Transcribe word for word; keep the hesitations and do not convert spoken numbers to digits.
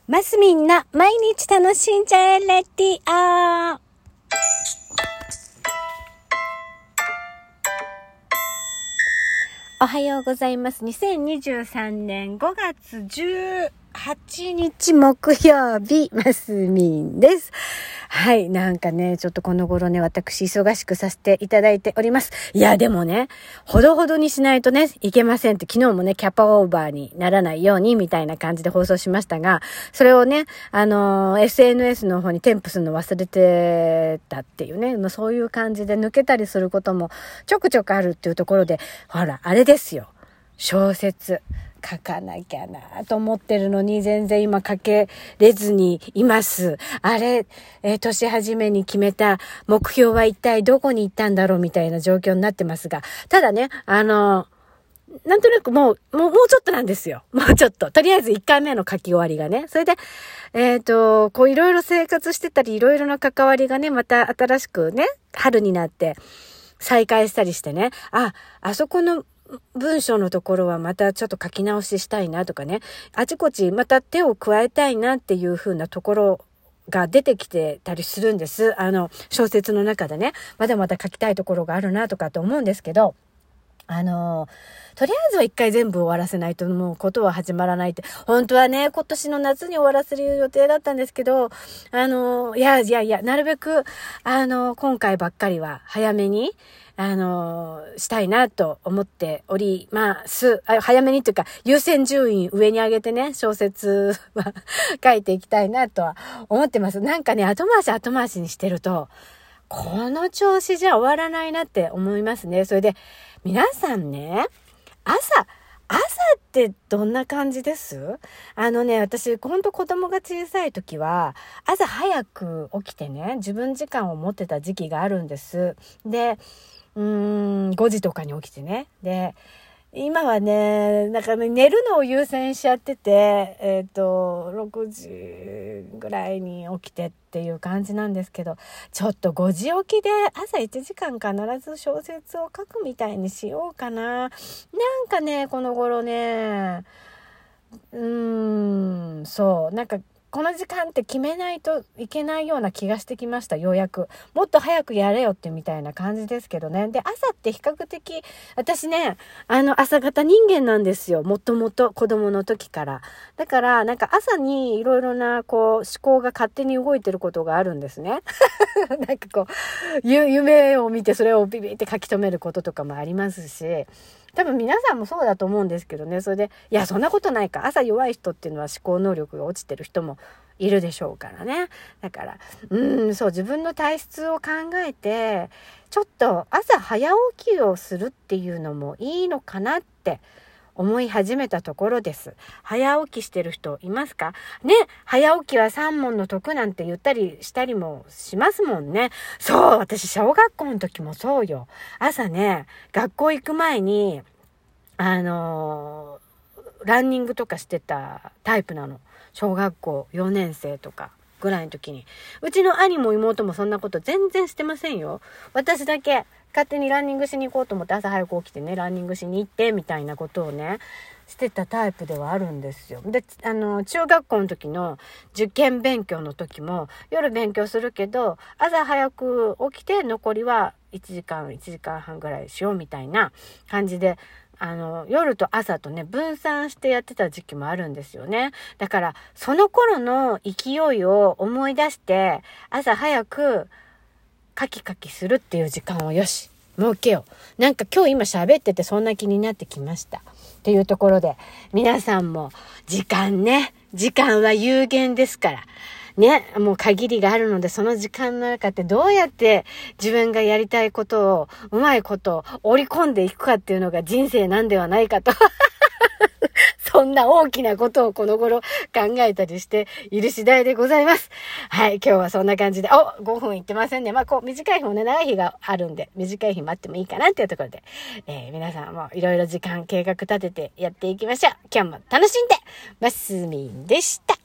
マスミンの毎日楽しんじゃえレディオ。おはようございます。にせんにじゅうさんねんごがつじゅうはちにち木曜日、マスミンです。はい、なんかね、ちょっとこの頃ね、私忙しくさせていただいております。いや、でもね、ほどほどにしないとね、いけませんって、昨日もね、キャパオーバーにならないようにみたいな感じで放送しましたが、それをね、あのー、エスエヌエス の方に添付するの忘れてたっていうね、そういう感じで抜けたりすることもちょくちょくあるっていうところで、ほら、あれですよ、小説。書かなきゃなと思ってるのに全然今書けれずにいます。あれ、えー、年始めに決めた目標は一体どこに行ったんだろうみたいな状況になってますが、ただね、あのー、なんとなくもう、もう、もうちょっとなんですよ。もうちょっと。とりあえずいっかいめの書き終わりがね。それで、えっと、こういろいろ生活してたり、いろいろな関わりがね、また新しくね、春になって再開したりしてね、あ、あそこの文章のところはまたちょっと書き直ししたいなとかね、あちこちまた手を加えたいなっていう風なところが出てきてたりするんです。あの小説の中でね、まだまだ書きたいところがあるなとかって思うんですけど、あのとりあえずは一回全部終わらせないともうことは始まらないって、本当はね今年の夏に終わらせる予定だったんですけど、あのいやいやいやなるべくあの今回ばっかりは早めにあのしたいなと思っております。あ、早めにというか優先順位上に上げてね、小説は書いていきたいなとは思ってます。なんかね、後回し後回しにしてるとこの調子じゃ終わらないなって思いますね。それで皆さんね、朝朝ってどんな感じです？あのね、私ほんと子供が小さい時は朝早く起きてね、自分時間を持ってた時期があるんです。でうーんごじとかに起きてね、で今はね、なんかね、寝るのを優先しちゃってて、えっと、ろくじぐらいに起きてっていう感じなんですけど、ちょっとごじ起きで朝いちじかん必ず小説を書くみたいにしようかな。なんかね、この頃ね、うーん、そう、なんか、この時間って決めないといけないような気がしてきました。ようやくもっと早くやれよってみたいな感じですけどね。で、朝って比較的私ね、あの朝型人間なんですよ。もともと子供の時から。だからなんか朝にいろいろなこう思考が勝手に動いてることがあるんですね。なんかこう夢を見てそれをビビって書き留めることとかもありますし、多分皆さんもそうだと思うんですけどね。それで、いやそんなことないか、朝弱い人っていうのは思考能力が落ちてる人もいるでしょうからね。だからうーんそう自分の体質を考えてちょっと朝早起きをするっていうのもいいのかなって思い始めたところです。早起きしてる人いますかね。早起きは三問の得なんて言ったりしたりもしますもんね。そう、私小学校の時もそうよ。朝ね、学校行く前にあのー、ランニングとかしてたタイプなの。小学校よねんせいとかぐらいの時に。うちの兄も妹もそんなこと全然してませんよ。私だけ勝手にランニングしに行こうと思って朝早く起きてね、ランニングしに行ってみたいなことをねしてたタイプではあるんですよ。で、あの中学校の時の受験勉強の時も夜勉強するけど朝早く起きて残りはいちじかんいちじかんはんぐらいしようみたいな感じで、あの夜と朝とね分散してやってた時期もあるんですよね。だからその頃の勢いを思い出して朝早くカキカキするっていう時間をよし設けよう。なんか今日今喋っててそんな気になってきましたっていうところで、皆さんも時間ね、時間は有限ですからね、もう限りがあるので、その時間の中ってどうやって自分がやりたいことをうまいことを織り込んでいくかっていうのが人生なんではないかとそんな大きなことをこの頃考えたりしている次第でございます。はい、今日はそんな感じで、お、ごふんいってませんね。まあこう短い日もね、長い日があるんで、短い日待ってもいいかなっていうところで、えー、皆さんもいろいろ時間計画立ててやっていきましょう。今日も楽しんでマスミンでした。